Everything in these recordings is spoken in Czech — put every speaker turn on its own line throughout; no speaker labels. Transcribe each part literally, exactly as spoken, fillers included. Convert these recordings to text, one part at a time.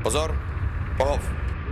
Pozor, pohov.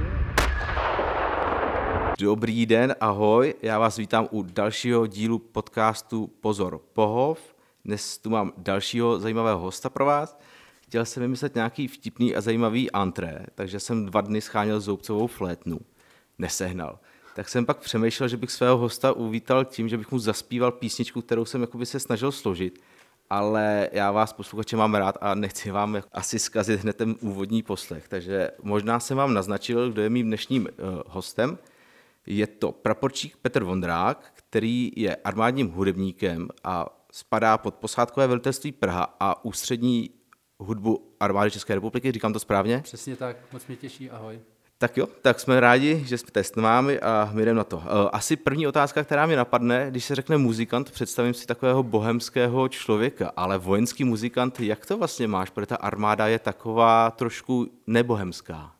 Dobrý den, ahoj, já vás vítám u dalšího dílu podcastu Pozor, pohov. Dnes tu mám dalšího zajímavého hosta pro vás. Chtěl jsem vymyslet nějaký vtipný a zajímavý antré, takže jsem dva dny scháněl zoubcovou flétnu. Nesehnal. Tak jsem pak přemýšlel, že bych svého hosta uvítal tím, že bych mu zaspíval písničku, kterou jsem jakoby se snažil složit, ale já vás posluchače mám rád a nechci vám asi zkazit hned ten úvodní poslech, takže možná jsem vám naznačil, kdo je mým dnešním uh, hostem. Je to praporčík Petr Vondrák, který je armádním hudebníkem a spadá pod posádkové velitelství Praha a ústřední hudbu armády České republiky, říkám to správně?
Přesně tak, moc mě těší, ahoj.
Tak jo, tak jsme rádi, že jste s námi a my jdeme na to. Asi první otázka, která mě napadne, když se řekne muzikant, představím si takového bohemského člověka, ale vojenský muzikant, jak to vlastně máš, protože ta armáda je taková trošku nebohemská.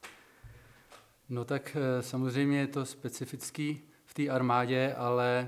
No tak samozřejmě je to specifický v té armádě, ale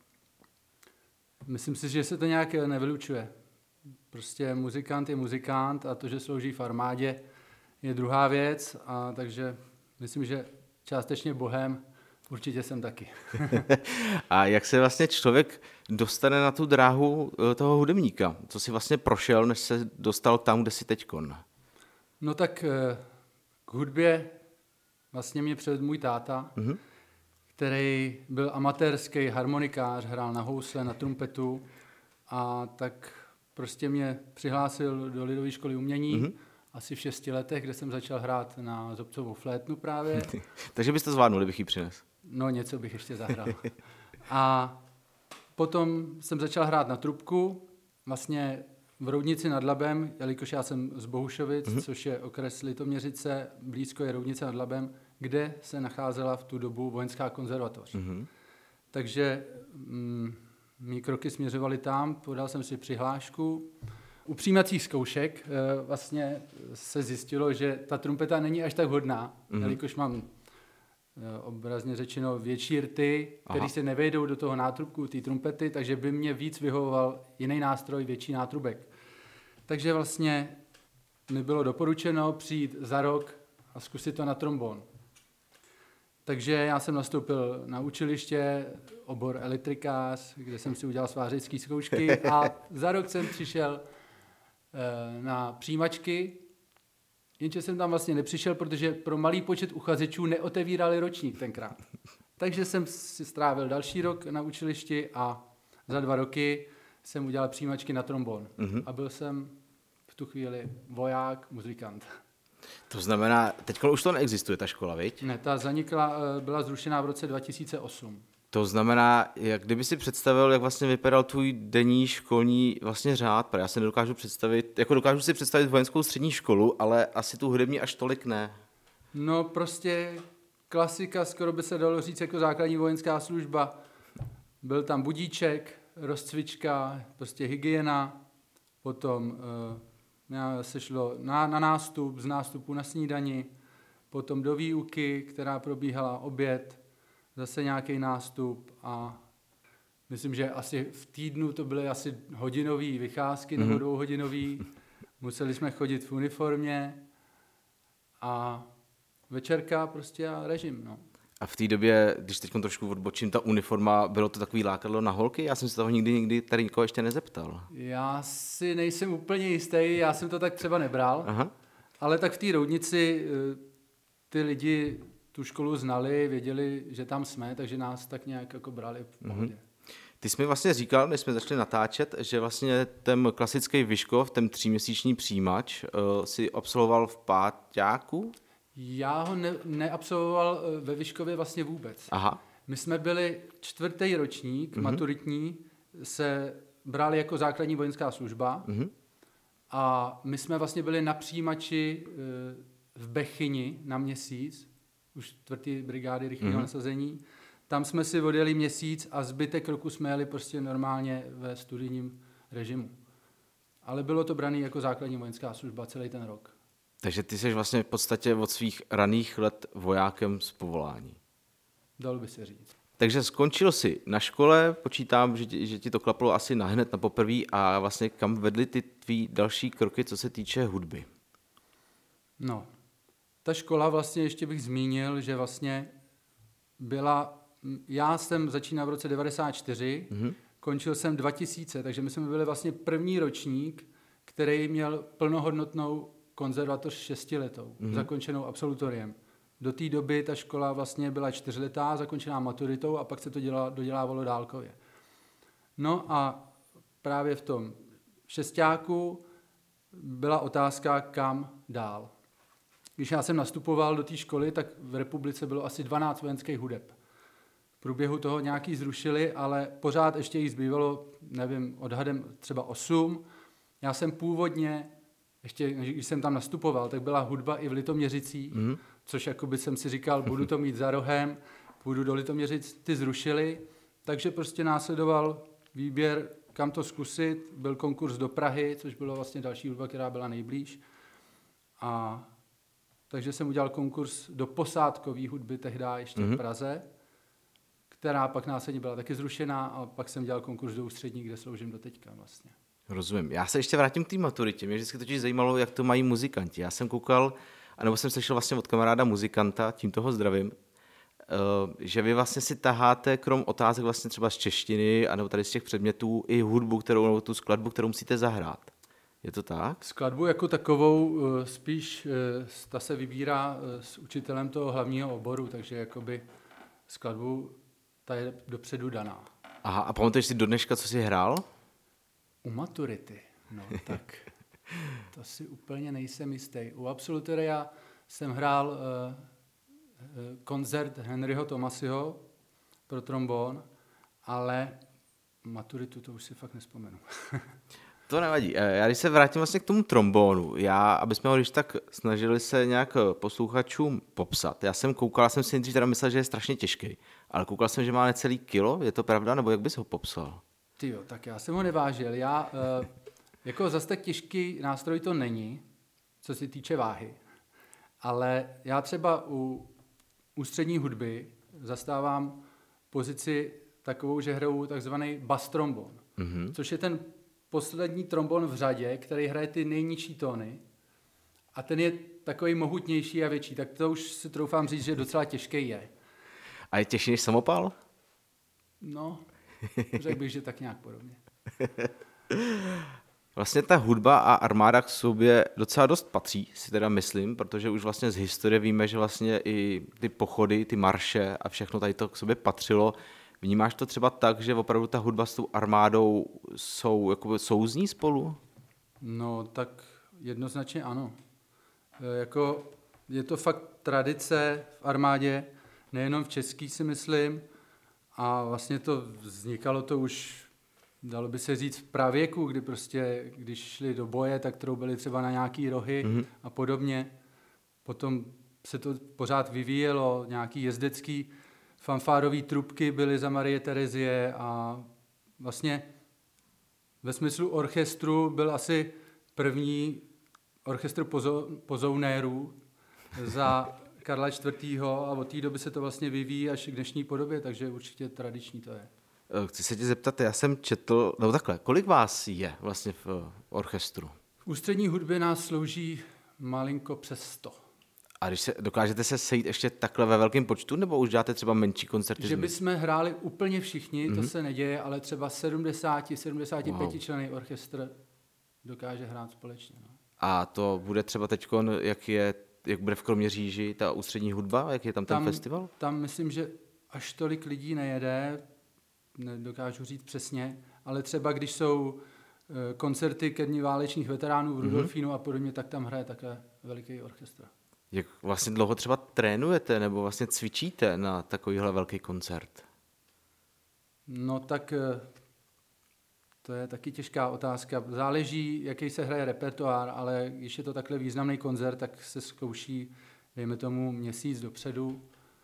myslím si, že se to nějak nevylučuje. Prostě muzikant je muzikant a to, že slouží v armádě, je druhá věc, a takže myslím, že částečně bohem určitě jsem taky.
A jak se vlastně člověk dostane na tu dráhu toho hudebníka? Co si vlastně prošel, než se dostal tam, kde jsi teďkon?
No tak k hudbě vlastně mě před můj táta, mm-hmm. který byl amatérský harmonikář, hrál na housle, na trumpetu a tak prostě mě přihlásil do Lidové školy umění, mm-hmm. asi v šesti letech, kde jsem začal hrát na zoubcovou flétnu právě.
Takže byste zvládnul, kdybych ji přines.
No něco bych ještě zahrál. A potom jsem začal hrát na trubku, vlastně v Roudnici nad Labem, jelikož já jsem z Bohušovic, mm-hmm. což je okres Litoměřice, blízko je Roudnice nad Labem, kde se nacházela v tu dobu vojenská konzervatoř. Mm-hmm. Takže mm, mý kroky směřovaly tam, podal jsem si přihlášku. U přijímacích zkoušek e, vlastně se zjistilo, že ta trumpeta není až tak hodná, mm-hmm. jelikož mám e, obrazně řečeno větší rty, které se nevejdou do toho nátrubku, té trumpety, takže by mě víc vyhovoval jiný nástroj, větší nátrubek. Takže vlastně mi bylo doporučeno přijít za rok a zkusit to na trombon. Takže já jsem nastoupil na učiliště, obor elektrikář, kde jsem si udělal svářecké zkoušky a za rok jsem přišel e, na přijímačky, jenže jsem tam vlastně nepřišel, protože pro malý počet uchazečů neotevírali ročník tenkrát. Takže jsem si strávil další rok na učilišti a za dva roky jsem udělal přijímačky na trombon. Mm-hmm. A byl jsem v tu chvíli voják, muzikant.
To znamená, teď už to neexistuje, ta škola, viď?
Ne, ta zanikla, byla zrušená v roce dva tisíce osm.
To znamená, jak kdyby si představil, jak vlastně vypadal tvůj denní školní vlastně řád, já si nedokážu představit, jako dokážu si představit vojenskou střední školu, ale asi tu hudební až tolik ne.
No prostě klasika, skoro by se dalo říct jako základní vojenská služba. Byl tam budíček, rozcvička, prostě hygiena, potom uh, se šlo na, na nástup, z nástupu na snídani, potom do výuky, která probíhala oběd, zase nějaký nástup a myslím, že asi v týdnu to byly asi hodinové vycházky mm-hmm. nebo dvouhodinové. Museli jsme chodit v uniformě a večerka prostě a režim, no.
A v té době, když teď trošku odbočím, ta uniforma, bylo to takový lákadlo na holky? Já jsem se toho nikdy, nikdy tady nikoho ještě nezeptal.
Já si nejsem úplně jistý, já jsem to tak třeba nebral, Aha. ale tak v té Roudnici ty lidi tu školu znali, věděli, že tam jsme, takže nás tak nějak jako brali v pohodě. Mm-hmm.
Ty jsi mi vlastně říkal, než jsme začali natáčet, že vlastně ten klasický Vyškov, ten tříměsíční přijímač, uh, si absolvoval v páťáku?
Já ho ne, neabsolvoval ve Vyškově vlastně vůbec.
Aha.
My jsme byli čtvrtý ročník, mm-hmm. maturitní, se brali jako základní vojenská služba mm-hmm. a my jsme vlastně byli na přijímači uh, v Bechyni na měsíc, už čtvrtý brigády rychlého mm-hmm. nasazení. Tam jsme si odjeli měsíc a zbytek roku jsme jeli prostě normálně ve studijním režimu. Ale bylo to brané jako základní vojenská služba celý ten rok.
Takže ty jsi vlastně v podstatě od svých raných let vojákem z povolání.
Dalo by se říct.
Takže skončil jsi na škole, počítám, že ti, že ti to klaplo asi nahned na poprví a vlastně kam vedly ty tvý další kroky, co se týče hudby?
No, ta škola vlastně, ještě bych zmínil, že vlastně byla, já jsem začínal v roce devadesát čtyři, mm-hmm. končil jsem dva tisíce, takže my jsme byli vlastně první ročník, který měl plnohodnotnou konzervatoř šestiletou, mm-hmm. zakončenou absolutoriem. Do té doby ta škola vlastně byla čtyřletá, zakončená maturitou a pak se to dělalo, dodělávalo dálkově. No a právě v tom šestáku byla otázka, kam dál. Když já jsem nastupoval do té školy, tak v republice bylo asi dvanáct vojenských hudeb. V průběhu toho nějaký zrušili, ale pořád ještě jich zbývalo, nevím, odhadem třeba osm. Já jsem původně, ještě když jsem tam nastupoval, tak byla hudba i v Litoměřicích, mm. což jakoby jsem si říkal, budu to mít za rohem, půjdu do Litoměřic, ty zrušili, takže prostě následoval výběr, kam to zkusit. Byl konkurs do Prahy, což byla vlastně další hudba, která byla nejblíž. A takže jsem udělal konkurs do posádkové hudby tehdy ještě mm-hmm. v Praze, která pak následně byla taky zrušená a pak jsem dělal konkurs do ústřední, kde sloužím do teďka vlastně.
Rozumím. Já se ještě vrátím k té maturitě. Mě vždycky totiž zajímalo, jak to mají muzikanti. Já jsem koukal, anebo jsem slyšel vlastně od kamaráda muzikanta, tím toho zdravím, že vy vlastně si taháte krom otázek vlastně třeba z češtiny, anebo tady z těch předmětů i hudbu, kterou, nebo tu skladbu, kterou musíte zahrát. Je to tak?
Skladbu jako takovou spíš ta se vybírá s učitelem toho hlavního oboru, takže jakoby skladbu ta je dopředu daná.
Aha, a pamatuješ si do dneška, co jsi hrál?
U maturity, no tak to si úplně nejsem jistý. U absolutoria jsem hrál uh, koncert Henryho Thomasiho pro trombón, ale maturitu to už si fakt nespomenu.
To nevadí. Já když se vrátím vlastně k tomu trombónu, já, aby jsme ho když tak snažili se nějak posluchačům popsat. Já jsem koukal, já jsem si nejdřív teda myslel, že je strašně těžký, ale koukal jsem, že má necelý kilo, je to pravda, nebo jak bys ho popsal?
Tyjo, tak já jsem ho nevážil. Já, uh, jako zas tak těžký nástroj to není, co se týče váhy, ale já třeba u ústřední hudby zastávám pozici takovou, že hraju takzvaný bass trombon, mm-hmm. což je ten poslední trombon v řadě, který hraje ty nejnižší tóny a ten je takový mohutnější a větší, tak to už si troufám říct, že docela těžký je.
A je těžší než samopal?
No, řekl bych, že tak nějak podobně.
Vlastně ta hudba a armáda k sobě docela dost patří, si teda myslím, protože už vlastně z historie víme, že vlastně i ty pochody, ty marše a všechno tady to k sobě patřilo. Vnímáš to třeba tak, že opravdu ta hudba s tou armádou jsou, jakoby souzní spolu?
No, tak jednoznačně ano. E, jako je to fakt tradice v armádě, nejenom v český si myslím, a vlastně to vznikalo to už, dalo by se říct, v pravěku, kdy prostě, když šli do boje, tak troubili třeba na nějaký rohy mm-hmm. a podobně. Potom se to pořád vyvíjelo, nějaký jezdecký fanfárový trubky byly za Marie Terezie a vlastně ve smyslu orchestru byl asi první orchestr pozo- pozounérů za Karla čtvrtého. A od té doby se to vlastně vyvíjí až k dnešní podobě, takže určitě tradiční to je.
Chci se tě zeptat, já jsem četl, no takhle, kolik vás je vlastně v orchestru?
V ústřední hudbě nás slouží malinko přes sto.
A když se, dokážete se sejít ještě takhle ve velkém počtu, nebo už děláte třeba menší koncerty?
Že bychom hráli úplně všichni, mm-hmm. to se neděje, ale třeba sedmdesát sedmdesát pět wow. členný orchestr dokáže hrát společně. No.
A to bude třeba teď, jak je, jak bude v Kroměříži ta ústřední hudba, jak je tam, tam ten festival?
Tam myslím, že až tolik lidí nejede, nedokážu říct přesně, ale třeba když jsou koncerty ke dní válečných veteránů v Rudolfínu mm-hmm. a podobně, tak tam hraje také veliký orchestr.
Jak vlastně dlouho třeba trénujete nebo vlastně cvičíte na takovýhle velký koncert?
No tak to je taky těžká otázka. Záleží, jaký se hraje repertoár, ale když je to takhle významný koncert, tak se zkouší, dejme tomu, měsíc dopředu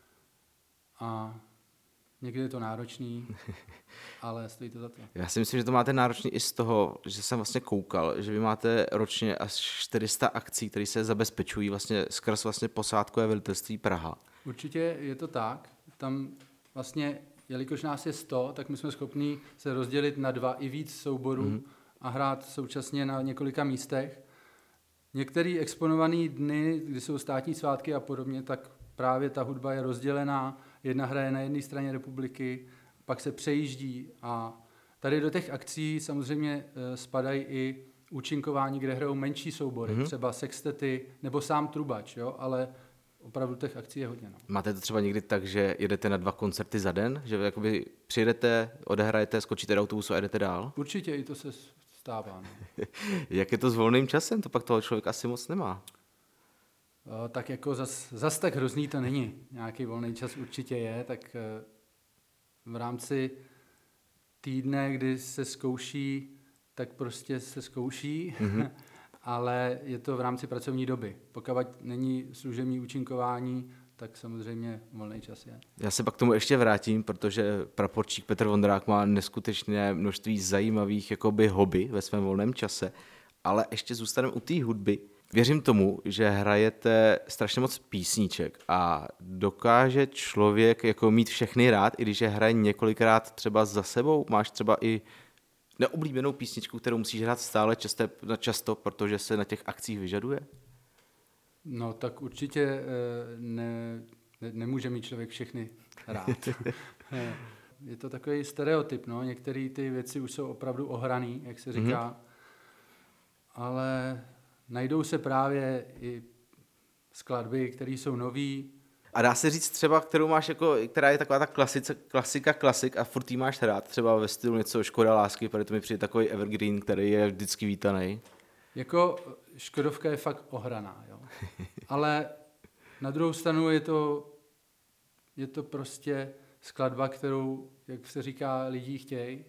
a někdy je to náročný, ale stojí to za to.
Já si myslím, že to máte náročný i z toho, že jsem vlastně koukal, že vy máte ročně až čtyři sta akcí, které se zabezpečují vlastně skrz vlastně posádkové velitelství Praha.
Určitě je to tak. Tam vlastně, jelikož nás je sto, tak my jsme schopni se rozdělit na dva i víc souborů mm. a hrát současně na několika místech. některé exponované dny, kdy jsou státní svátky a podobně, tak právě ta hudba je rozdělená, jedna hraje na jedné straně republiky, pak se přejíždí a tady do těch akcí samozřejmě spadají i účinkování, kde hrajou menší soubory, mm-hmm. třeba sextety nebo sám trubač, jo, ale opravdu těch akcí je hodně. No.
Máte to třeba někdy tak, že jedete na dva koncerty za den? Že jakoby přijedete, odehrajete, skočíte do autobusu a jedete dál?
Určitě i to se stává. No.
Jak je to s volným časem? To pak toho člověk asi moc nemá.
O, tak jako zas, zas tak hrozný to není. Nějaký volný čas určitě je, tak v rámci týdne, kdy se zkouší, tak prostě se zkouší, mm-hmm. ale je to v rámci pracovní doby. Pokud není služební účinkování, tak samozřejmě volný čas je.
Já se pak k tomu ještě vrátím, protože praporčík Petr Vondrák má neskutečné množství zajímavých jakoby hobby ve svém volném čase, ale ještě zůstaneme u té hudby. Věřím tomu, že hrajete strašně moc písniček a dokáže člověk jako mít všechny rád, i když je hraje několikrát třeba za sebou. Máš třeba i neoblíbenou písničku, kterou musíš hrát stále často, často, protože se na těch akcích vyžaduje?
No tak určitě ne, ne, nemůže mít člověk všechny rád. Je to takový stereotyp, no. Některé ty věci už jsou opravdu ohraný, jak se říká, mm-hmm. ale najdou se právě i skladby, které jsou nový.
A dá se říct třeba, kterou máš jako, která je taková ta klasice, klasika, klasik a furt jí máš rád, třeba ve stylu něco Škoda lásky, protože to mi přijde takový evergreen, který je vždycky vítaný.
Jako Škodovka je fakt ohraná, jo. Ale na druhou stranu je to, je to prostě skladba, kterou, jak se říká, lidi chtějí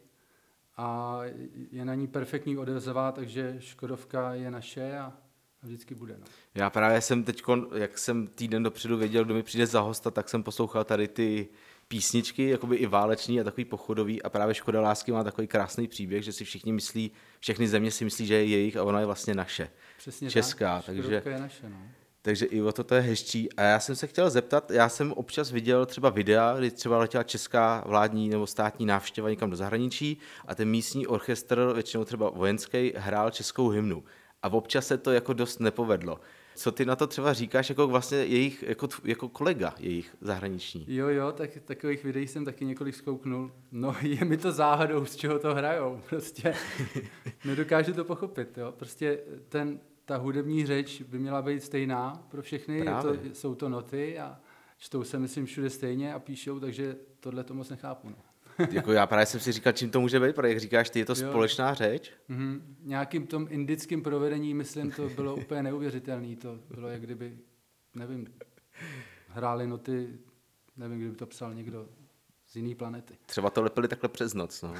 a je na ní perfektní odezva, takže Škodovka je naše a vždycky bude. No.
Já právě jsem teď, jak jsem týden dopředu věděl, kdo mi přijde za hosta, tak jsem poslouchal tady ty písničky, jakoby i váleční a takový pochodový a právě Škoda lásky má takový krásný příběh, že si všichni myslí, všechny země si myslí, že je jejich a ona je vlastně naše.
Přesně
česká.
Tak.
Takže,
Škodovka je naše, no.
Takže i o to to je hezčí. A já jsem se chtěl zeptat, já jsem občas viděl třeba videa, kdy třeba letěla česká vládní nebo státní návštěva někam do zahraničí a ten místní orchestr, většinou třeba vojenský, hrál českou hymnu. A občas se to jako dost nepovedlo. Co ty na to třeba říkáš jako vlastně jejich, jako, jako kolega jejich zahraniční?
Jo, jo, tak takových videí jsem taky několik zkouknul. No je mi to záhadou, z čeho to hrajou. Prostě nedokážu to pochopit, jo. Prostě ten, ta hudební řeč by měla být stejná pro všechny. Je to, jsou to noty a čtou se, myslím, všude stejně a píšou, takže tohle to moc nechápu, no.
Jako já právě jsem si říkal, čím to může být, protože jak říkáš, ty je to jo. společná řeč.
Mm-hmm. Nějakým tom indickým provedení, myslím, to bylo úplně neuvěřitelné. To bylo, jak kdyby, nevím, hráli noty, nevím, kdyby to psal někdo z jiné planety.
Třeba to lepili takhle přes noc. No.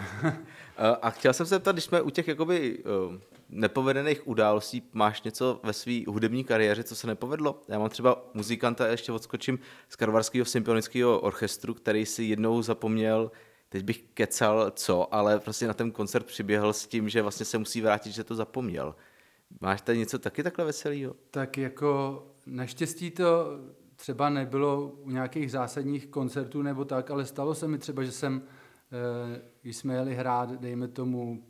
A chtěl jsem se zeptat, když jsme u těch jakoby nepovedených událostí, máš něco ve své hudební kariéře, co se nepovedlo? Já mám třeba muzikanta, ještě odskočím, z Karlovarského symfonického orchestru, který si jednou zapomněl, teď bych kecal co, ale prostě na ten koncert přiběhl s tím, že vlastně se musí vrátit, že to zapomněl. Máš tady něco taky takhle veselýho?
Tak jako naštěstí to třeba nebylo u nějakých zásadních koncertů nebo tak, ale stalo se mi třeba, že jsem, když jsme jeli hrát, dejme tomu,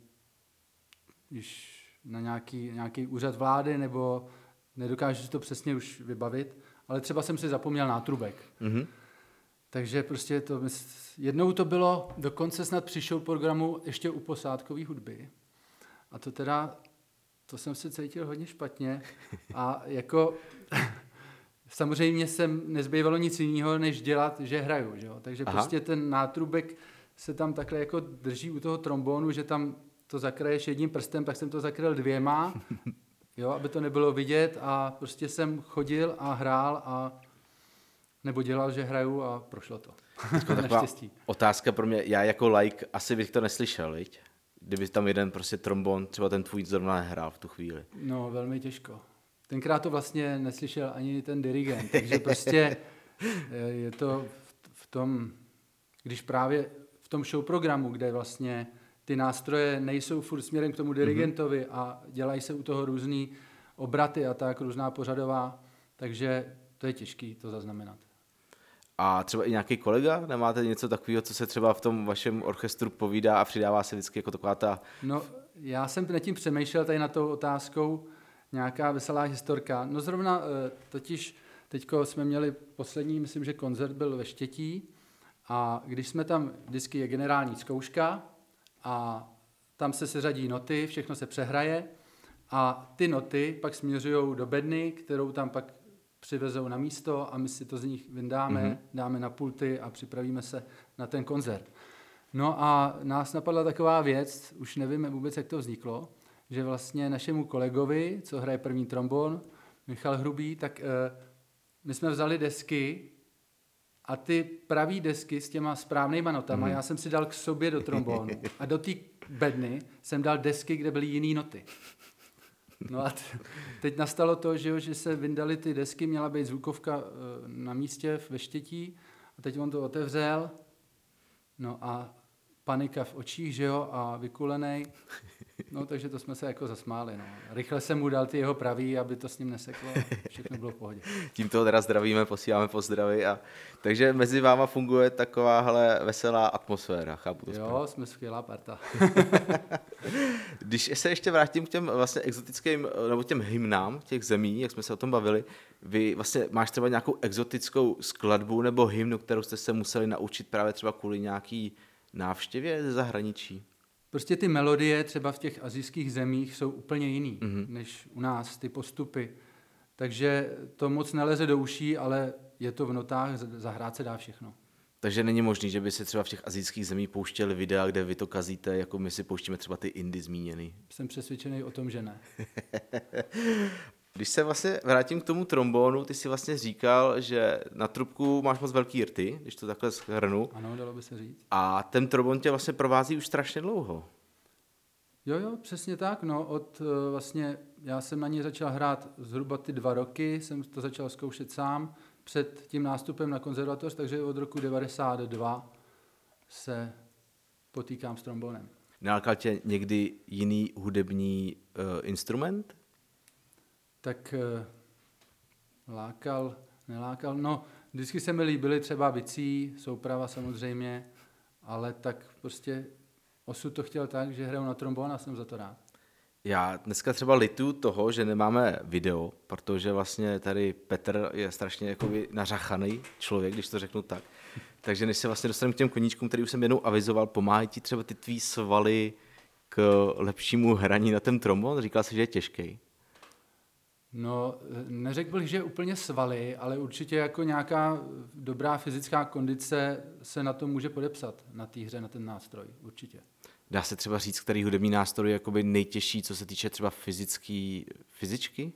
když na nějaký, nějaký úřad vlády, nebo nedokážu si to přesně už vybavit, ale třeba jsem si zapomněl nátrubek. Mm-hmm. Takže prostě to, jednou to bylo, dokonce snad přišel programu ještě u posádkové hudby. A to teda, to jsem se cítil hodně špatně. A jako, samozřejmě jsem nezbývalo nic jiného, než dělat, že hraju. Že jo? Takže Aha. prostě ten nátrubek se tam takhle jako drží u toho trombonu, že tam to zakraješ jedním prstem, tak jsem to zakryl dvěma, jo, aby to nebylo vidět a prostě jsem chodil a hrál a nebo dělal, že hraju a prošlo to. Naštěstí.
Otázka pro mě, já jako like asi bych to neslyšel, viď? Kdyby tam jeden prostě trombon, třeba ten tvůj zrovna nehrál v tu chvíli.
No, velmi těžko. Tenkrát to vlastně neslyšel ani ten dirigent, takže prostě je to v tom, když právě v tom show programu, kde vlastně ty nástroje nejsou furt směrem k tomu dirigentovi mm-hmm. a dělají se u toho různý obraty a tak, různá pořadová, takže to je těžký to zaznamenat.
A třeba i nějaký kolega? Nemáte něco takového, co se třeba v tom vašem orchestru povídá a přidává se vždycky jako taková ta...
No, já jsem nad tím přemýšlel tady na tou otázkou. nějaká veselá historka. No zrovna totiž teďko jsme měli poslední, myslím, že koncert byl ve Štětí a když jsme tam, vždycky je generální zkouška a tam se seřadí noty, všechno se přehraje a ty noty pak směřují do bedny, kterou tam pak přivezou na místo a my si to z nich vyndáme, mm-hmm. dáme na pulty a připravíme se na ten koncert. No a nás napadla taková věc, už nevím vůbec, jak to vzniklo, že vlastně našemu kolegovi, co hraje první trombon, Michal Hrubý, tak e, my jsme vzali desky a ty pravý desky s těma správnýma notama, mm. já jsem si dal k sobě do trombonu a do té bedny jsem dal desky, kde byly jiný noty. No a t- teď nastalo to, že, jo, že se vyndaly ty desky, měla být zvukovka e, na místě ve Štětí a teď on to otevřel, no a panika v očích, že jo, a vykulenej. No, takže to jsme se jako zasmáli, no. Rychle jsem mu dal ty jeho pravý, aby to s ním neseklo. Všechno bylo v pohodě.
Tímto teda zdravíme, posíláme pozdravy. A... Takže mezi váma funguje takováhle veselá atmosféra, chápu to
Jo,
správně.
jsme skvělá parta.
Když se ještě vrátím k těm vlastně exotickým, nebo těm hymnám těch zemí, jak jsme se o tom bavili, vy vlastně máš třeba nějakou exotickou skladbu nebo hymnu, kterou jste se museli naučit právě třeba kvůli nějaký návštěvě ze zahraničí?
Prostě ty melodie třeba v těch asijských zemích jsou úplně jiný,
mm-hmm.
než u nás, ty postupy. Takže to moc neleze do uší, ale je to v notách, zahrát se dá všechno.
Takže není možný, že by se třeba v těch asijských zemích pouštěli videa, kde vy to kazíte, jako my si pouštíme třeba ty indie zmíněný.
Jsem přesvědčený o tom, že ne.
Když se vlastně vrátím k tomu trombónu, ty si vlastně říkal, že na trubku máš moc velký rty, když to takhle shrnu.
Ano, dalo by se říct.
A ten trombón tě vlastně provází už strašně dlouho.
Jo, jo, přesně tak. No, od vlastně, já jsem na něj začal hrát zhruba ty dva roky, jsem to začal zkoušet sám před tím nástupem na konzervatoř, takže od roku devadesát dva se potýkám s trombónem.
Nelákal tě někdy jiný hudební uh, instrument?
Tak uh, lákal, nelákal, no, vždycky se mi líbily třeba bicí, souprava samozřejmě, ale tak prostě osud to chtěl tak, že hraju na trombón a jsem za to rád.
Já dneska třeba lituju toho, že nemáme video, protože vlastně tady Petr je strašně jakoby nařachaný člověk, když to řeknu tak. Takže než se vlastně dostanu k těm koníčkům, který už jsem jednou avizoval, pomáhají ti třeba ty tvý svaly k lepšímu hraní na ten trombón? Říkal jsi, že je těžký.
No, neřekl bych, že úplně svaly, ale určitě jako nějaká dobrá fyzická kondice se na to může podepsat, na té hře, na ten nástroj, určitě.
Dá se třeba říct, který hudební nástroj je jakoby nejtěžší, co se týče třeba fyzický, fyzičky?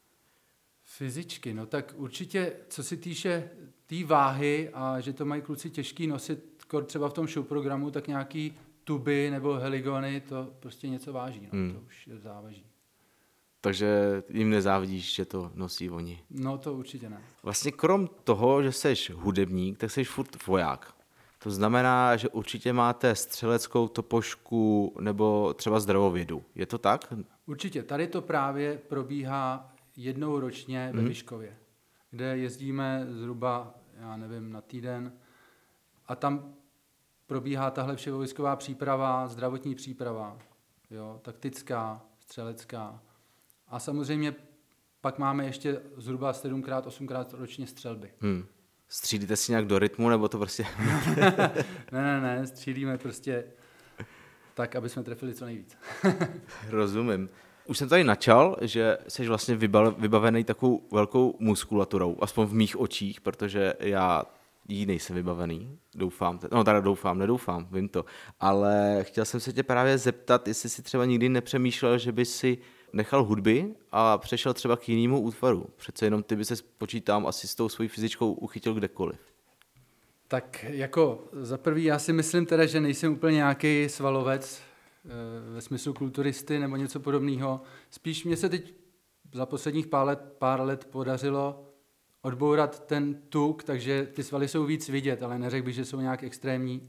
Fyzičky, no tak určitě, co se týče té tý váhy a že to mají kluci těžký nosit, třeba v tom show programu, tak nějaký tuby nebo heligony, to prostě něco váží, no, hmm. to už je závaží.
Takže jim nezávidíš, že to nosí oni.
No to určitě ne.
Vlastně krom toho, že seš hudebník, tak seš furt voják. To znamená, že určitě máte střeleckou topošku nebo třeba zdravovědu. Je to tak?
Určitě. Tady to právě probíhá jednou ročně ve mm. Vyškově, kde jezdíme zhruba, já nevím, na týden a tam probíhá tahle vševojsková příprava, zdravotní příprava, jo, taktická, střelecká. A samozřejmě pak máme ještě zhruba sedmkrát, osmkrát ročně střelby.
Hmm. Střílíte si nějak do rytmu, nebo to prostě...
ne, ne, ne, střílíme prostě tak, aby jsme trefili co nejvíc.
Rozumím. Už jsem tady načal, že jsi vlastně vybavený takovou velkou muskulaturou, aspoň v mých očích, protože já jí nejsem vybavený, doufám, no teda doufám, nedoufám, vím to, ale chtěl jsem se tě právě zeptat, jestli si třeba nikdy nepřemýšlel, že by si nechal hudby a přešel třeba k jinému útvaru. Přece jenom ty by se počítám asi s tou svojí fyzičkou uchytil kdekoliv.
Tak jako za prvý já si myslím teda, že nejsem úplně nějaký svalovec ve smyslu kulturisty nebo něco podobného. Spíš mě se teď za posledních pár let, pár let podařilo odbourat ten tuk, takže ty svaly jsou víc vidět, ale neřekl bych, že jsou nějak extrémní.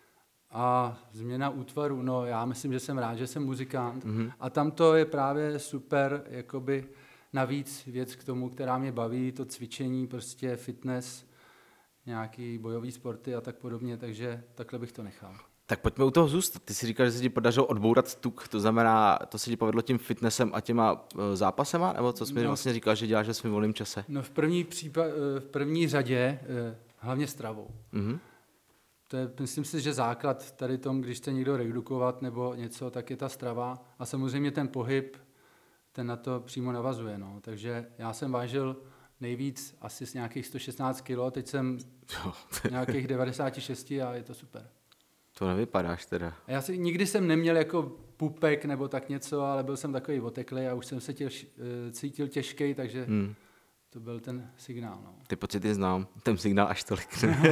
A změna útvaru, no já myslím, že jsem rád, že jsem muzikant. Mm-hmm. A tam to je právě super, jakoby navíc věc k tomu, která mě baví, to cvičení, prostě fitness, nějaký bojový sporty a tak podobně, takže takhle bych to nechal.
Tak pojďme u toho zůstat. Ty jsi říkal, že se ti podařilo odbourat tuk, to znamená, to se ti povedlo tím fitnessem a těma zápasema, nebo co jsi mi
No.
vlastně říkal, že děláš ve svém volném čase?
No v první, přípa- v první řadě hlavně stravou.
Mhm.
To je, myslím si, že základ tady tom, když chce někdo redukovat nebo něco, tak je ta strava. A samozřejmě ten pohyb, ten na to přímo navazuje. No. Takže já jsem vážil nejvíc asi z nějakých sto šestnáct kilo, teď jsem nějakých devadesát šest a je to super.
To nevypadáš teda.
A já si nikdy jsem neměl jako pupek nebo tak něco, ale byl jsem takový oteklý a už jsem se těž, cítil těžký, takže hmm. to byl ten signál. No.
Ty pocity znám, ten signál až tolik.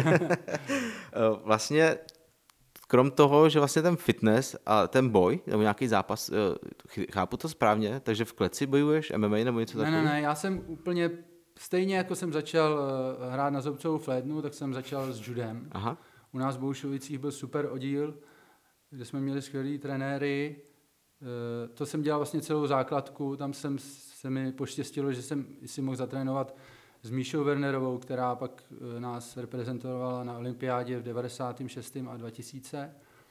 Vlastně krom toho, že vlastně ten fitness a ten boj, nebo nějaký zápas, chápu to správně, takže v kleci bojuješ M M A nebo něco takového?
Ne, ne, ne, já jsem úplně, stejně jako jsem začal hrát na zoubcovou flétnu, tak jsem začal s judem.
Aha.
U nás v Bohušovicích byl super oddíl, kde jsme měli skvělý trenéry. To jsem dělal vlastně celou základku, tam jsem, se mi poštěstilo, že jsem si mohl zatrénovat s Míšou Wernerovou, která pak nás reprezentovala na olympiádě v devadesátém šestém a dva tisíce.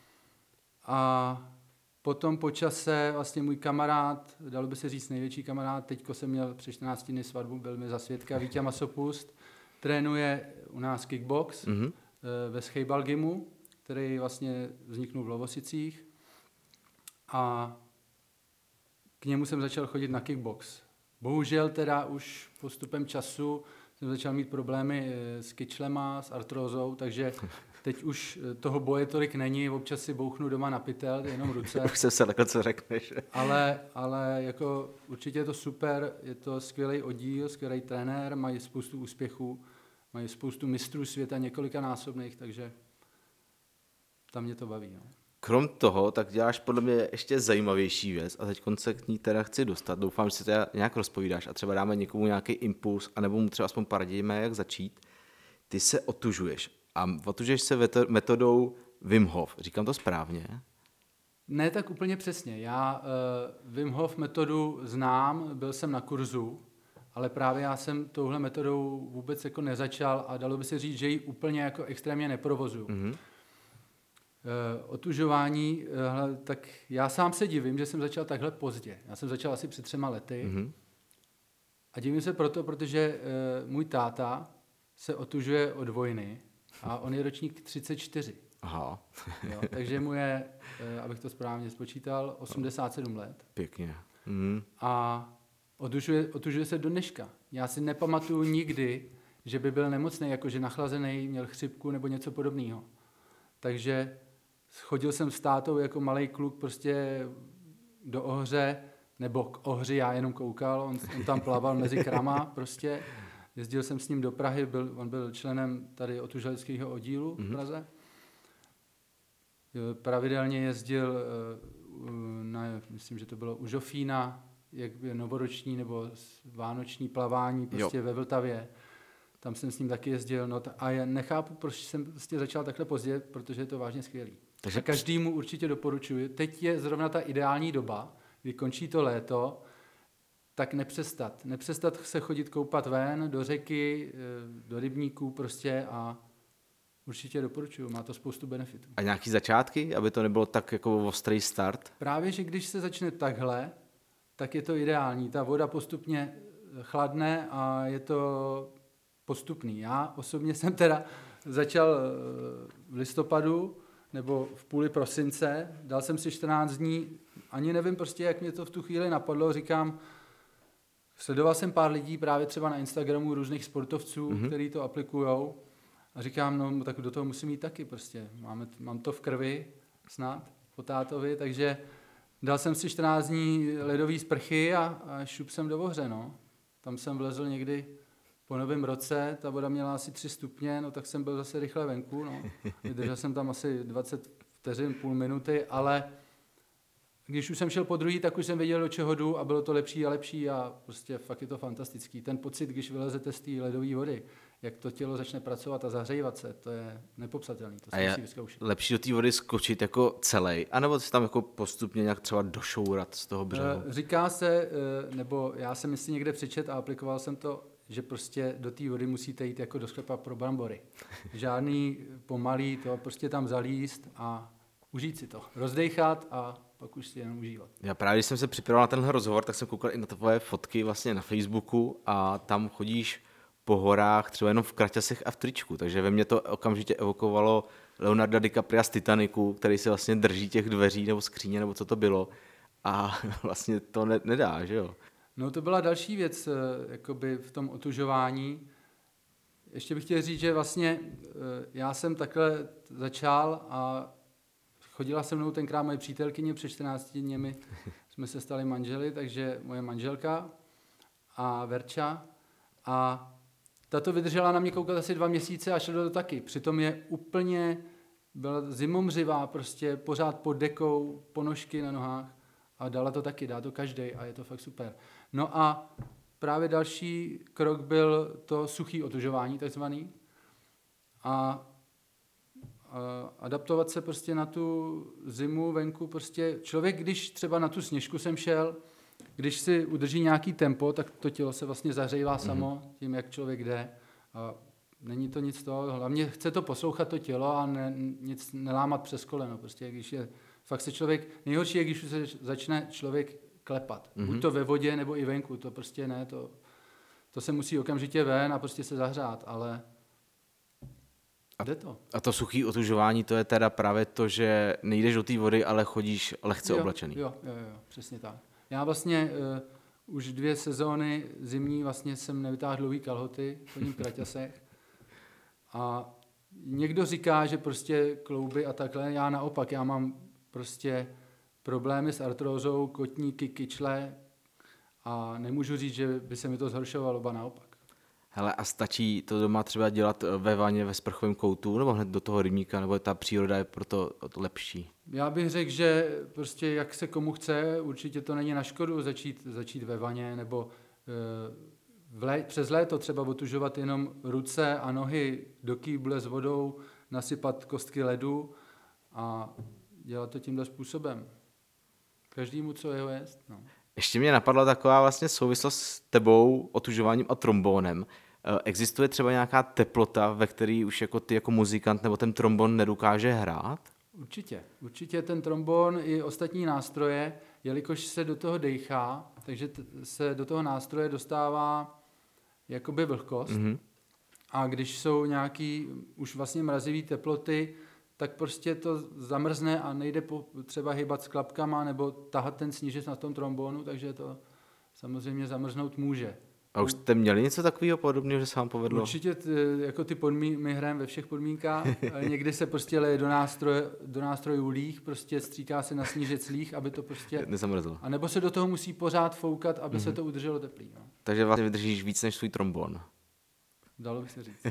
A potom po čase vlastně můj kamarád, dalo by se říct největší kamarád, teďko jsem měl před čtrnácti dny svatbu, byl mi za svědka, Vítě Masopust, trénuje u nás kickbox mm-hmm. ve Schejbal Gymu, který vlastně vzniknul v Lovosicích. A k němu jsem začal chodit na kickbox. Bohužel teda už postupem času jsem začal mít problémy s kyčlema, s artrózou, takže teď už toho boje tolik není, občas si bouchnu doma na pytel, jenom ruce.
Už jsem se lekl, co řekneš.
ale, ale jako určitě je to super, je to skvělý oddíl, skvělý trenér, mají spoustu úspěchů, mají spoustu mistrů světa, několika násobných, takže tam mě to baví. No.
Krom toho, tak děláš podle mě ještě zajímavější věc a teď se k ní teda chci dostat. Doufám, že si to nějak rozpovídáš a třeba dáme někomu nějaký impuls anebo mu třeba aspoň poradíme, jak začít. Ty se otužuješ a otužuješ se metodou Wim Hof. Říkám to správně?
Ne tak úplně přesně. Já uh, Wim Hof metodu znám, byl jsem na kurzu, ale právě já jsem touhle metodou vůbec jako nezačal a dalo by se říct, že ji úplně jako extrémně neprovozuju. Mm-hmm. Uh, otužování, uh, tak já sám se divím, že jsem začal takhle pozdě. Já jsem začal asi před třema lety mm-hmm. a divím se proto, protože uh, můj táta se otužuje od vojny a on je ročník třicet čtyři.
Aha.
Jo, takže mu je, uh, abych to správně spočítal, osmdesát sedm let.
Pěkně. Mm.
A otužuje, otužuje se do dneška. Já si nepamatuju nikdy, že by byl nemocný, jakože nachlazený, měl chřipku nebo něco podobného. Takže chodil jsem s tátou jako malej kluk prostě do Ohře, nebo k Ohři, já jenom koukal, on, on tam plaval mezi krama prostě. Jezdil jsem s ním do Prahy, byl, on byl členem tady otuželeckého oddílu v Praze. Pravidelně jezdil na, myslím, že to bylo u Žofína, jak by novoroční nebo vánoční plavání prostě jo. ve Vltavě. Tam jsem s ním taky jezdil. No t- a já nechápu, proč jsem prostě začal takhle pozdě, protože je to vážně skvělý. Takže každému určitě doporučuji. Teď je zrovna ta ideální doba, kdy končí to léto, tak nepřestat. Nepřestat se chodit koupat ven, do řeky, do rybníků prostě a určitě doporučuji. Má to spoustu benefitů.
A nějaký začátky, aby to nebylo tak jako ostrý start?
Právě, že když se začne takhle, tak je to ideální. Ta voda postupně chladne a je to postupný. Já osobně jsem teda začal v listopadu nebo v půli prosince, dal jsem si čtrnáct dní, ani nevím prostě, jak mě to v tu chvíli napadlo, říkám, sledoval jsem pár lidí právě třeba na Instagramu různých sportovců, mm-hmm. kteří to aplikujou a říkám, no tak do toho musím jít taky prostě, Máme, mám to v krvi snad po tátovi, takže dal jsem si čtrnáct dní ledové sprchy a, a šup jsem do Ohře, no. Tam jsem vlezl někdy po novém roce, ta voda měla asi tři stupně, no tak jsem byl zase rychle venku, no. Vydržel jsem tam asi dvacet vteřin, půl minuty, ale když už jsem šel po druhý, tak už jsem věděl, do čeho jdu a bylo to lepší a lepší a prostě fakt je to fantastický. Ten pocit, když vylezete z té ledové vody, jak to tělo začne pracovat a zahřívat se, to je nepopsatelný, to si musí vyzkoušet.
Lepší do té vody skočit jako celej, anebo si tam jako postupně nějak třeba došourat z toho břehu?
Říká se, nebo já jsem myslím někde přečet a aplikoval jsem to, že prostě do té vody musíte jít jako do sklepa pro brambory. Žádný pomalý, to prostě tam zalíst a užít si to, rozdejchat a pak už si jenom užívat.
Já právě, když jsem se připravoval na tenhle rozhovor, tak jsem koukal i na tvoje fotky vlastně na Facebooku a tam chodíš po horách třeba jenom v kraťasech a v tričku, takže ve mně to okamžitě evokovalo Leonarda DiCapria z Titaniku, který se vlastně drží těch dveří nebo skříně, nebo co to bylo a vlastně to ne- nedá, že jo?
No to byla další věc jakoby v tom otužování. Ještě bych chtěl říct, že vlastně já jsem takhle začal a chodila se mnou tenkrát moje přítelkyně, před čtrnácti dněmi jsme se stali manželi, takže moje manželka a Verča. A tato vydržela na mě koukat asi dva měsíce a šla do toho taky. Přitom je úplně, byla zimomřivá, prostě pořád pod dekou, ponožky na nohách a dala to taky, dá to každej a je to fakt super. No a právě další krok byl to suchý otužování takzvaný a adaptovat se prostě na tu zimu venku. Prostě člověk, když třeba na tu sněžku jsem šel, když si udrží nějaký tempo, tak to tělo se vlastně zahřívá samo tím, jak člověk jde. A není to nic toho, hlavně chce to poslouchat to tělo a ne, nic nelámat přes koleno. Prostě když je, fakt se člověk, nejhorší je, když se začne člověk klepat. Mm-hmm. Buď to ve vodě, nebo i venku, to prostě ne, to, to se musí okamžitě ven a prostě se zahřát, ale
A
jde to.
A to suchý otužování, to je teda právě to, že nejdeš do té vody, ale chodíš lehce
jo,
oblečený.
Jo, jo, jo, přesně tak. Já vlastně uh, už dvě sezóny zimní vlastně jsem nevytáhl dlouhý kalhoty, chodím v kraťasech. A někdo říká, že prostě klouby a takhle, já naopak, já mám prostě problémy s artrózou, kotníky, kyčle a nemůžu říct, že by se mi to zhoršovalo, ba naopak.
Hele, a stačí to doma třeba dělat ve vaně, ve sprchovém koutu, nebo hned do toho rybníka, nebo ta příroda je proto lepší?
Já bych řekl, že prostě jak se komu chce, určitě to není na škodu začít, začít ve vaně, nebo v lé, přes léto třeba otužovat jenom ruce a nohy do kýble s vodou, nasypat kostky ledu a dělat to tímhle způsobem. Každému, co jeho jest. No.
Ještě mě napadla taková vlastně souvislost s tebou, otužováním a trombónem. Existuje třeba nějaká teplota, ve které už jako ty jako muzikant nebo ten trombon nedokáže hrát?
Určitě. Určitě ten trombon i ostatní nástroje, jelikož se do toho dejchá, takže t- se do toho nástroje dostává jakoby vlhkost. Mm-hmm. A když jsou nějaký už vlastně mrazivý teploty, tak prostě to zamrzne a nejde po, třeba hýbat s klapkama nebo tahat ten snížec na tom trombonu, takže to samozřejmě zamrznout může.
A už jste měli něco takového podobného, že se vám povedlo?
Určitě t, jako ty podmí, my hrajeme ve všech podmínkách. Někdy se prostě leje do, nástroje, do nástrojů líh, prostě stříká se na snížec líh, aby to prostě
nezamrzlo.
A nebo se do toho musí pořád foukat, aby mm-hmm. se to udrželo teplý. No.
Takže vlastně vydržíš víc než svůj trombon.
Dalo by se říct.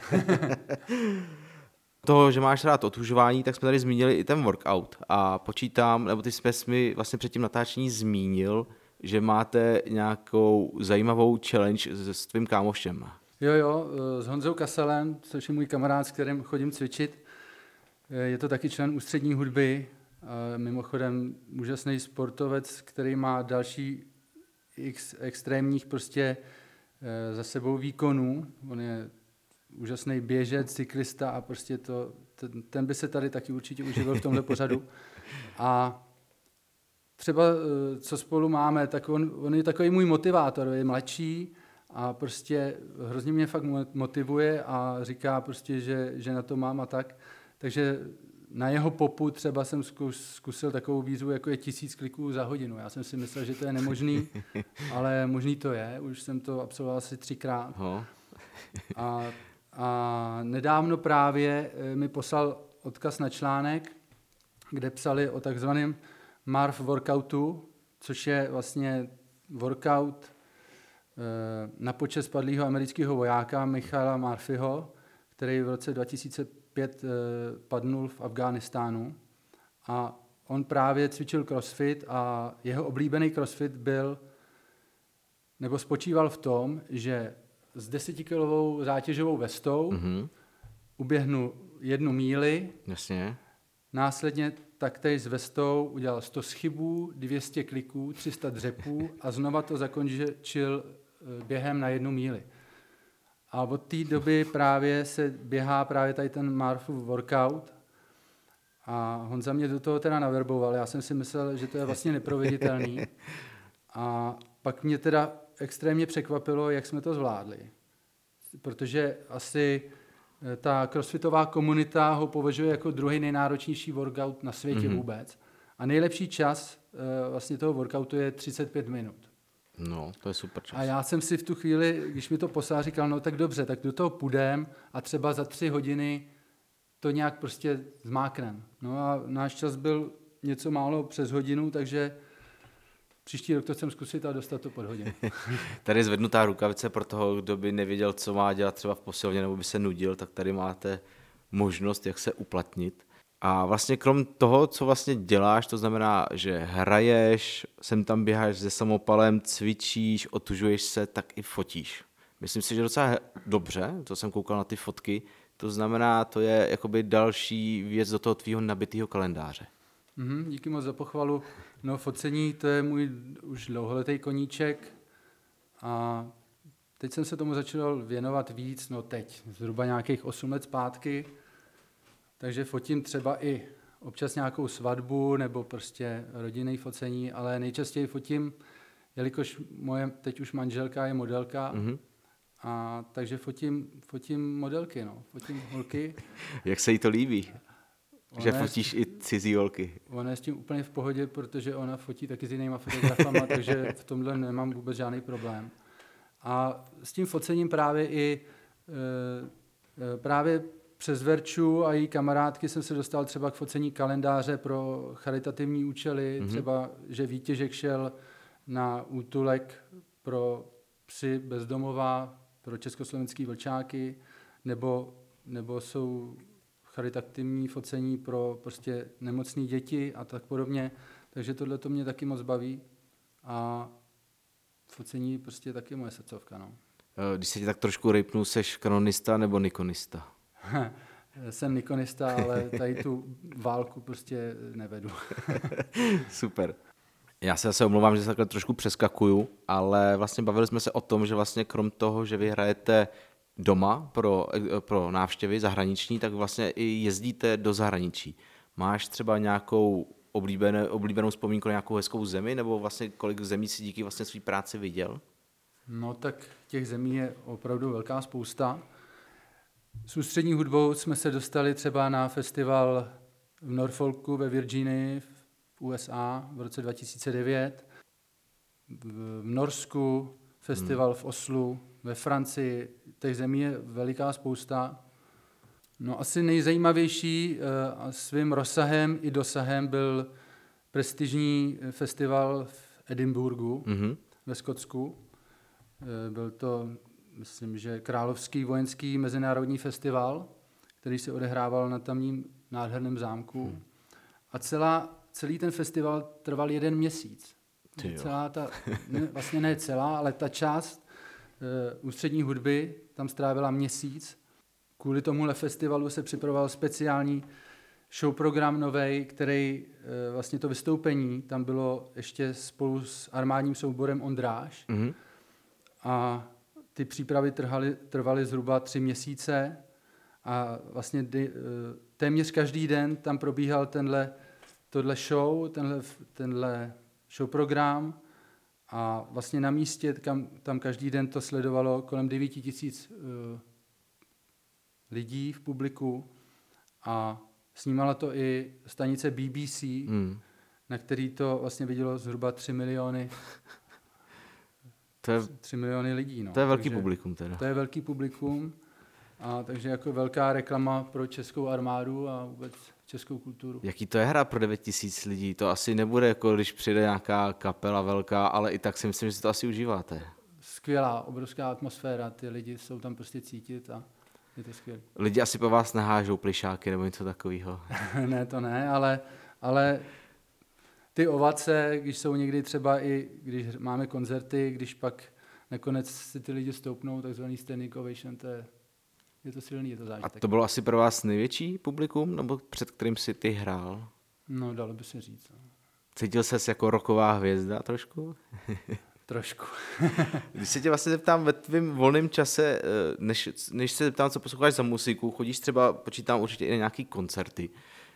Toho, že máš rád otužování, tak jsme tady zmínili i ten workout. A počítám, nebo ty jsi mi vlastně před tím natáčení zmínil, že máte nějakou zajímavou challenge s tvým kámošem.
Jo, jo, s Honzou Kasalem, což je můj kamarád, s kterým chodím cvičit. Je to taky člen ústřední hudby, mimochodem úžasný sportovec, který má další x extrémních prostě za sebou výkonů. On je úžasný běžec, cyklista a prostě to, ten, ten by se tady taky určitě uživil v tomhle pořadu. A třeba, co spolu máme, tak on, on je takový můj motivátor, je mladší a prostě hrozně mě fakt motivuje a říká prostě, že, že na to mám a tak. Takže na jeho popu třeba jsem zkus, zkusil takovou výzvu, jako je tisíc kliků za hodinu. Já jsem si myslel, že to je nemožný, ale možný to je. Už jsem to absolvoval asi třikrát. A, a nedávno právě mi poslal odkaz na článek, kde psali o takzvaném Marv workoutu, což je vlastně workout na počest padlého amerického vojáka Michaela Murphyho, který v roce dva tisíce pět padnul v Afghánistánu. A on právě cvičil crossfit a jeho oblíbený crossfit byl, nebo spočíval v tom, že s desetikilovou zátěžovou vestou mm-hmm. uběhnu jednu míli,
jasně.
Následně taktéž s vestou udělal sto schybů, dvě stě kliků, tři sta dřepů a znova to zakončil během na jednu míli. A od té doby právě se běhá právě tady ten Murphův workout A Honza mě do toho teda naverboval. Já jsem si myslel, že to je vlastně neproveditelný. A pak mě teda extrémně překvapilo, jak jsme to zvládli. Protože asi ta crossfitová komunita ho považuje jako druhý nejnáročnější workout na světě mm-hmm. vůbec. A nejlepší čas vlastně toho workoutu je třicet pět minut.
No, to je super čas.
A já jsem si v tu chvíli, když mi to poslal, říkal, no tak dobře, tak do toho půjdem a třeba za tři hodiny to nějak prostě zmáknem. No a náš čas byl něco málo přes hodinu, takže příští rok to chcem zkusit a dostat to pod hodinu.
Tady je zvednutá rukavice pro toho, kdo by nevěděl, co má dělat třeba v posilovně nebo by se nudil, tak tady máte možnost, jak se uplatnit. A vlastně krom toho, co vlastně děláš, to znamená, že hraješ, sem tam běháš se samopalem, cvičíš, otužuješ se, tak i fotíš. Myslím si, že docela dobře, to jsem koukal na ty fotky, to znamená, to je jakoby další věc do toho tvýho nabitýho kalendáře.
Mm-hmm, díky moc za pochvalu. No, focení, to je můj už dlouholetý koníček a teď jsem se tomu začal věnovat víc, no teď, zhruba nějakých osm let zpátky, takže fotím třeba i občas nějakou svatbu nebo prostě rodinné focení, ale nejčastěji fotím, jelikož moje teď už manželka je modelka, mm-hmm. a takže fotím, fotím modelky, no, fotím holky.
Jak se jí to líbí?
Ona
že fotíš i cizí holky.
Ona je s tím úplně v pohodě, protože ona fotí taky s jinýma fotografama, takže v tomhle nemám vůbec žádný problém. A s tím focením právě i e, právě přes Verču a její kamarádky jsem se dostal třeba k focení kalendáře pro charitativní účely, mm-hmm. třeba, že výtěžek šel na útulek pro psy bezdomová, pro československý vlčáky, nebo, nebo jsou charitativní focení pro prostě nemocné děti a tak podobně. Takže tohle to mě taky moc baví a focení prostě taky moje srdcovka. No.
Když se ti tak trošku rejpnu, seš kanonista nebo nikonista?
Jsem nikonista, ale tady tu válku prostě nevedu.
Super. Já se zase omlouvám, že se takhle trošku přeskakuju, ale vlastně bavili jsme se o tom, že vlastně krom toho, že vy hrajete doma pro, pro návštěvy zahraniční, tak vlastně i jezdíte do zahraničí. Máš třeba nějakou oblíbenou, oblíbenou vzpomínku na nějakou hezkou zemi, nebo vlastně kolik zemí si díky vlastně své práci viděl?
No tak těch zemí je opravdu velká spousta. S ústřední hudbou jsme se dostali třeba na festival v Norfolku ve Virginii v U S A v roce dva tisíce devět, v Norsku festival hmm. v Oslu, ve Francii, těch zemí je veliká spousta. No asi nejzajímavější a svým rozsahem i dosahem byl prestižní festival v Edinburghu mm-hmm. ve Skotsku. Byl to, myslím, že Královský vojenský mezinárodní festival, který se odehrával na tamním nádherném zámku. Hmm. A celá, celý ten festival trval jeden měsíc. Celá ta, ne, vlastně ne celá, ale ta část uh, ústřední hudby tam strávila měsíc. Kvůli tomuhle festivalu se připravoval speciální show program novej, který uh, vlastně to vystoupení tam bylo ještě spolu s armádním souborem Ondráž. Mm-hmm. A ty přípravy trhaly, trvaly zhruba tři měsíce a vlastně de, téměř každý den tam probíhal tenhle, tohle show, tenhle, tenhle show program a vlastně na místě kam, tam každý den to sledovalo kolem devět tisíc uh, lidí v publiku a snímala to i stanice B B C, hmm. na který to vlastně vidělo zhruba tři miliony
To je,
tři miliony lidí. No.
To je velký
takže
publikum teda.
To je velký publikum, a takže jako velká reklama pro českou armádu a vůbec českou kulturu.
Jaký to je hra pro devět tisíc lidí? To asi nebude jako když přijde nějaká kapela velká, ale i tak si myslím, že si to asi užíváte.
Skvělá, obrovská atmosféra, ty lidi jsou tam prostě cítit a je to skvělé.
Lidi asi po vás nahážou plišáky nebo něco takového.
Ne, to ne, ale, ale ty ovace, když jsou někdy třeba i, když máme koncerty, když pak nakonec si ty lidi stoupnou, takzvaný standing ovation, to je, je to silný, je to zážitek.
A to bylo asi pro vás největší publikum, nebo před kterým si ty hrál?
No, dalo by se říct. No.
Cítil ses jako rocková hvězda trošku?
Trošku.
Když se tě vlastně zeptám ve tvém volném čase, než, než se zeptám, co posloucháš za muziku, chodíš třeba, počítám určitě i na nějaký koncerty,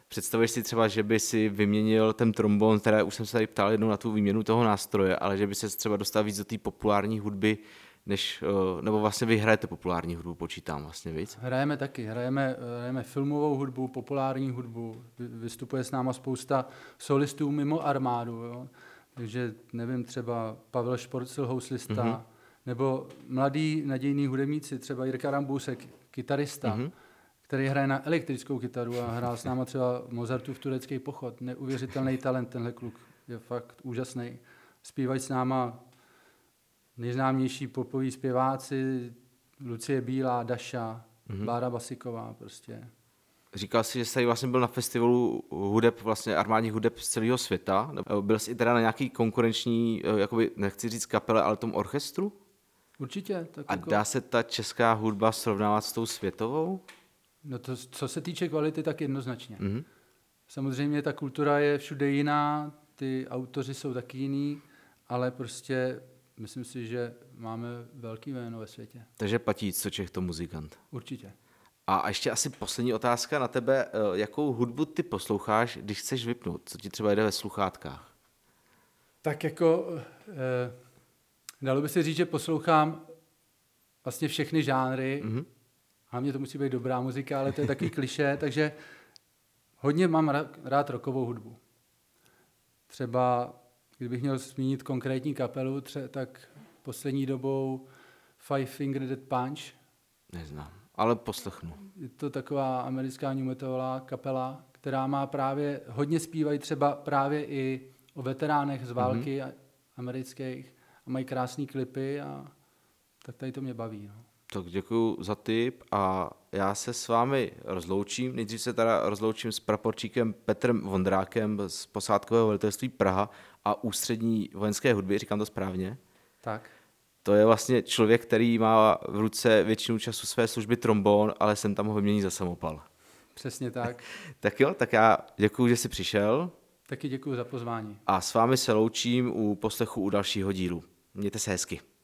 Představuješ si třeba, že by si vyměnil ten trombon, teda už jsem se tady ptal jednou na tu výměnu toho nástroje, ale že by se třeba dostal víc do té populární hudby, než, nebo vlastně vy hrajete populární hudbu, počítám vlastně víc?
Hrajeme taky, hrajeme, hrajeme filmovou hudbu, populární hudbu, vystupuje s náma spousta solistů mimo armádu, jo? Takže nevím, třeba Pavel Šporcel, houslista, mm-hmm. nebo mladý nadějný hudebníci, třeba Jirka Rambusek, kytarista, mm-hmm. který hraje na elektrickou kytaru a hrál s náma třeba Mozartův Turecký pochod. Neuvěřitelný talent, tenhle kluk je fakt úžasný. Zpívají s náma nejznámější popoví zpěváci, Lucie Bílá, Daša, mm-hmm. Bára Basiková prostě.
Říkal jsi, že jsi vlastně byl na festivalu hudeb, vlastně armádních hudeb z celého světa. Byl jsi i teda na nějaký konkurenční, jakoby, nechci říct kapele, ale tom orchestru?
Určitě. Tak
a
jako...
dá se ta česká hudba srovnávat s tou světovou?
No to, co se týče kvality, tak jednoznačně.
Mm-hmm.
Samozřejmě ta kultura je všude jiná, ty autoři jsou taky jiný, ale prostě myslím si, že máme velký jméno ve světě.
Takže platí, co Čech to muzikant.
Určitě.
A ještě asi poslední otázka na tebe. Jakou hudbu ty posloucháš, když chceš vypnout? Co ti třeba jde ve sluchátkách?
Tak jako, eh, dalo by se říct, že poslouchám vlastně všechny žánry. Mm-hmm. Hlavně to musí být dobrá muzika, ale to je takový klišé, takže hodně mám rád rockovou hudbu. Třeba, kdybych měl zmínit konkrétní kapelu, tře, tak poslední dobou Five Finger Death Punch.
Neznám, ale poslechnu.
Je to taková americká new metalová kapela, která má právě, hodně zpívají třeba právě i o veteránech z války mm-hmm. amerických a mají krásný klipy a tak tady to mě baví. No.
Tak děkuju za tip a já se s vámi rozloučím. Nejdřív se teda rozloučím s praporčíkem Petrem Vondrákem z posádkového velitelství Praha a ústřední vojenské hudby, říkám to správně?
Tak.
To je vlastně člověk, který má v ruce většinu času své služby trombón, ale jsem tam ho vymění za samopal.
Přesně tak.
Tak jo, tak já děkuju, že jsi přišel.
Taky děkuju za pozvání.
A s vámi se loučím u poslechu u dalšího dílu. Mějte se hezky.